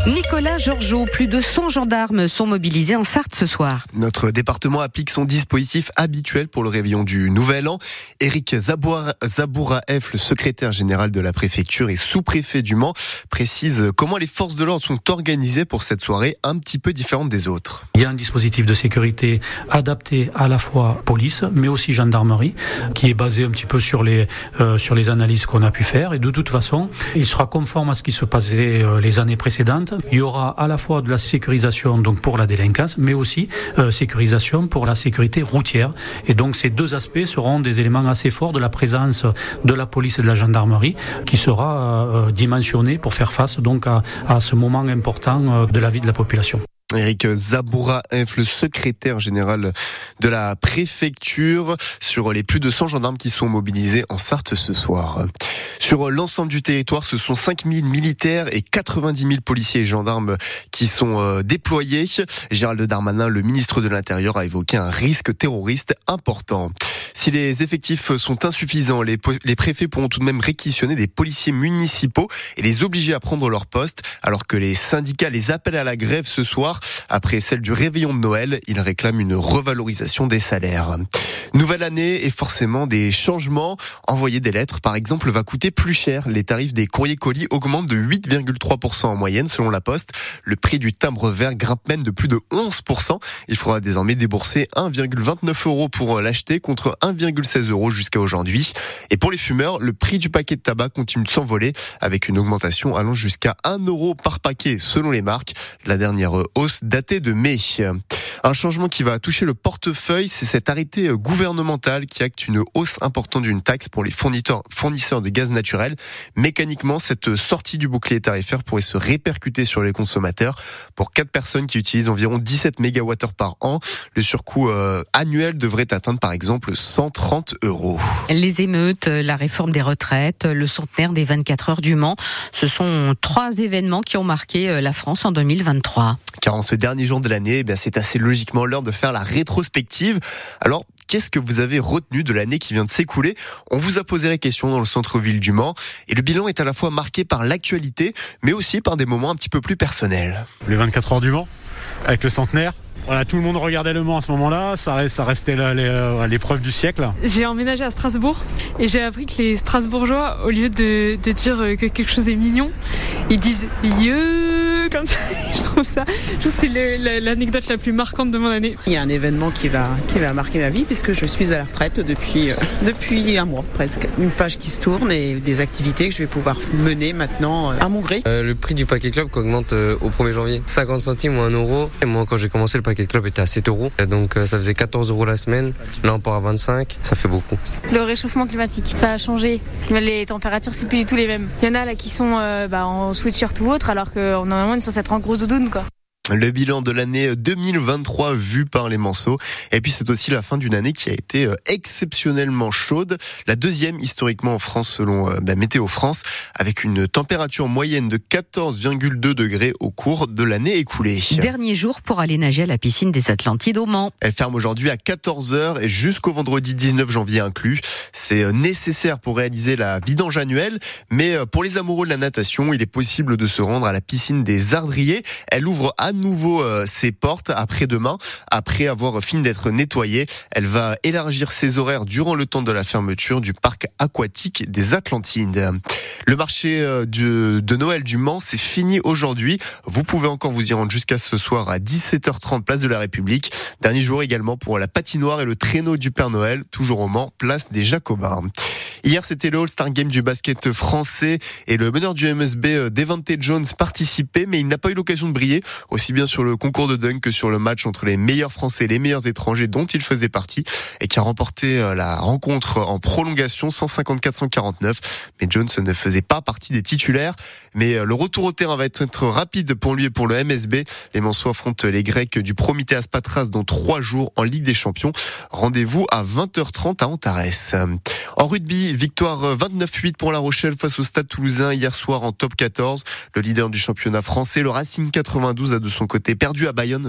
Nicolas Georgeot, plus de 100 gendarmes sont mobilisés en Sarthe ce soir. Notre département applique son dispositif habituel pour le réveillon du Nouvel An. Éric Zabouraef, le secrétaire général de la préfecture et sous-préfet du Mans, précise comment les forces de l'ordre sont organisées pour cette soirée un petit peu différente des autres. Il y a un dispositif de sécurité adapté à la fois police, mais aussi gendarmerie, qui est basé un petit peu sur les analyses qu'on a pu faire. Et de toute façon, il sera conforme à ce qui se passait les années précédentes. Il y aura à la fois de la sécurisation donc pour la délinquance, mais aussi sécurisation pour la sécurité routière. Et donc ces deux aspects seront des éléments assez forts de la présence de la police et de la gendarmerie, qui sera dimensionnée pour faire face donc à ce moment important de la vie de la population. Éric Zabouraef, le secrétaire général de la préfecture, sur les plus de 100 gendarmes qui sont mobilisés en Sarthe ce soir. Sur l'ensemble du territoire, ce sont 5000 militaires et 90 000 policiers et gendarmes qui sont déployés. Gérald Darmanin, le ministre de l'Intérieur, a évoqué un risque terroriste important. Si les effectifs sont insuffisants, les préfets pourront tout de même réquisitionner des policiers municipaux et les obliger à prendre leur poste, alors que les syndicats les appellent à la grève ce soir. Après celle du réveillon de Noël, ils réclament une revalorisation des salaires. Nouvelle année et forcément des changements. Envoyer des lettres, par exemple, va coûter plus cher. Les tarifs des courriers colis augmentent de 8,3% en moyenne selon la Poste. Le prix du timbre vert grimpe même de plus de 11%. Il faudra désormais débourser 1,29 € pour l'acheter contre 1,16 € jusqu'à aujourd'hui. Et pour les fumeurs, le prix du paquet de tabac continue de s'envoler avec une augmentation allant jusqu'à 1 € par paquet selon les marques. La dernière hausse datée de mai. Un changement qui va toucher le portefeuille, c'est cet arrêté gouvernemental qui acte une hausse importante d'une taxe pour les fournisseurs de gaz naturel. Mécaniquement, cette sortie du bouclier tarifaire pourrait se répercuter sur les consommateurs. Pour 4 personnes qui utilisent environ 17 MWh par an, le surcoût annuel devrait atteindre par exemple 130 €. Les émeutes, la réforme des retraites, le centenaire des 24 heures du Mans, ce sont 3 événements qui ont marqué la France en 2023. Car en ce dernier jour de l'année, c'est assez logiquement l'heure de faire la rétrospective. Alors, qu'est-ce que vous avez retenu de l'année qui vient de s'écouler ? On vous a posé la question dans le centre-ville du Mans. Et le bilan est à la fois marqué par l'actualité, mais aussi par des moments un petit peu plus personnels. Les 24 heures du Mans, avec le centenaire. Voilà, tout le monde regardait Le Mans à ce moment-là, ça restait l'épreuve du siècle. J'ai emménagé à Strasbourg et j'ai appris que les Strasbourgeois, au lieu de dire que quelque chose est mignon, ils disent « yeux » comme ça. Je trouve c'est l'anecdote la plus marquante de mon année. Il y a un événement qui va marquer ma vie puisque je suis à la retraite depuis un mois presque. Une page qui se tourne et des activités que je vais pouvoir mener maintenant à mon gré. Le prix du paquet club qui augmente au 1er janvier. 50 centimes ou 1 €. Et moi, quand j'ai commencé, le paquet club était à 7 €. Donc ça faisait 14 € la semaine. Là, on part à 25. Ça fait beaucoup. Le réchauffement climatique, ça a changé. Les températures, c'est plus du tout les mêmes. Il y en a là qui sont en sweatshirt ou autre, alors qu'on normalement, ils sont censés être en grosse doudoune, quoi. Le bilan de l'année 2023 vu par les Manceaux. Et puis c'est aussi la fin d'une année qui a été exceptionnellement chaude. La deuxième historiquement en France selon Météo France, avec une température moyenne de 14,2 degrés au cours de l'année écoulée. Dernier jour pour aller nager à la piscine des Atlantides au Mans. Elle ferme aujourd'hui à 14h et jusqu'au vendredi 19 janvier inclus. C'est nécessaire pour réaliser la vidange annuelle. Mais pour les amoureux de la natation, il est possible de se rendre à la piscine des Ardriers. Elle ouvre à nouveau ses portes après-demain, après avoir fini d'être nettoyée. Elle va élargir ses horaires durant le temps de la fermeture du parc aquatique des Atlantides. Le marché de Noël du Mans, c'est fini aujourd'hui. Vous pouvez encore vous y rendre jusqu'à ce soir à 17h30, place de la République. Dernier jour également pour la patinoire et le traîneau du Père Noël, toujours au Mans, place des Jacobins. Hier, c'était le All-Star Game du basket français et le meneur du MSB, Devante Jones, participait, mais il n'a pas eu l'occasion de briller, aussi bien sur le concours de dunk que sur le match entre les meilleurs Français et les meilleurs étrangers dont il faisait partie et qui a remporté la rencontre en prolongation 154-149. Mais Jones ne faisait pas partie des titulaires. Mais le retour au terrain va être rapide pour lui et pour le MSB. Les Manceaux affrontent les Grecs du Promitheas Patras dans 3 jours en Ligue des Champions. Rendez-vous à 20h30 à Antares. En rugby, victoire 29-8 pour La Rochelle face au Stade Toulousain hier soir en top 14. Le leader du championnat français, le Racing 92, a de son côté perdu à Bayonne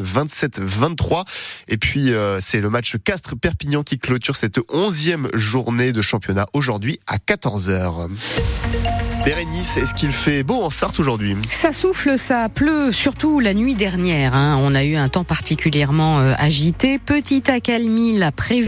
27-23. Et puis c'est le match Castres-Perpignan qui clôture cette 11e journée de championnat aujourd'hui à 14h. Bérénice, est-ce qu'il fait beau beau en Sarthe aujourd'hui. Ça souffle, ça pleut, surtout la nuit dernière. On a eu un temps particulièrement agité. Petite accalmie, la prévue.